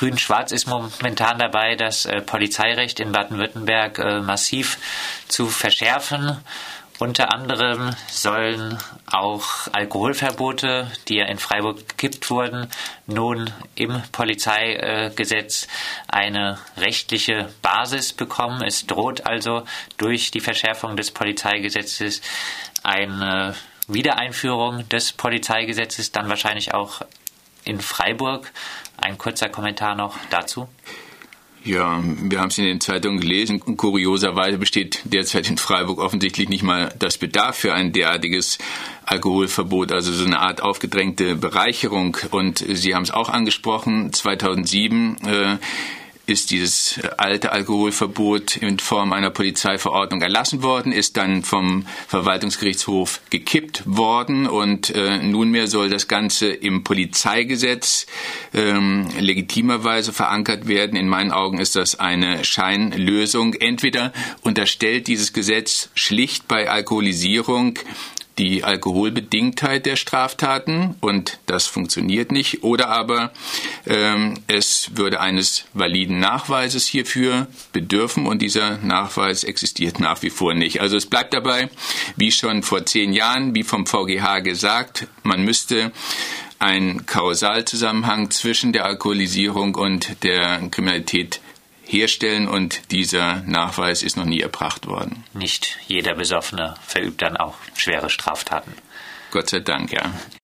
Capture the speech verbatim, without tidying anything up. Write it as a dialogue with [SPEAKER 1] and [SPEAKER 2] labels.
[SPEAKER 1] Grün-Schwarz ist momentan dabei, das äh, Polizeirecht in Baden-Württemberg äh, massiv zu verschärfen. Unter anderem sollen auch Alkoholverbote, die ja in Freiburg gekippt wurden, nun im Polizeigesetz eine rechtliche Basis bekommen. Es droht also durch die Verschärfung des Polizeigesetzes eine Wiedereinführung des Polizeigesetzes, dann wahrscheinlich auch in Freiburg. Ein kurzer Kommentar noch dazu.
[SPEAKER 2] Ja, wir haben es in den Zeitungen gelesen. Kurioserweise besteht derzeit in Freiburg offensichtlich nicht mal das Bedarf für ein derartiges Alkoholverbot, also so eine Art aufgedrängte Bereicherung. Und Sie haben es auch angesprochen, zweitausendsieben äh, ist dieses alte Alkoholverbot in Form einer Polizeiverordnung erlassen worden, ist dann vom Verwaltungsgerichtshof gekippt worden und äh, nunmehr soll das Ganze im Polizeigesetz ähm, legitimerweise verankert werden. In meinen Augen ist das eine Scheinlösung. Entweder unterstellt dieses Gesetz schlicht bei Alkoholisierung die Alkoholbedingtheit der Straftaten und das funktioniert nicht. Oder aber ähm, es würde eines validen Nachweises hierfür bedürfen und dieser Nachweis existiert nach wie vor nicht. Also es bleibt dabei, wie schon vor zehn Jahren, wie vom V G H gesagt, man müsste einen Kausalzusammenhang zwischen der Alkoholisierung und der Kriminalität herstellen und dieser Nachweis ist noch nie erbracht worden.
[SPEAKER 1] Nicht jeder Besoffene verübt dann auch schwere Straftaten.
[SPEAKER 2] Gott sei Dank, ja.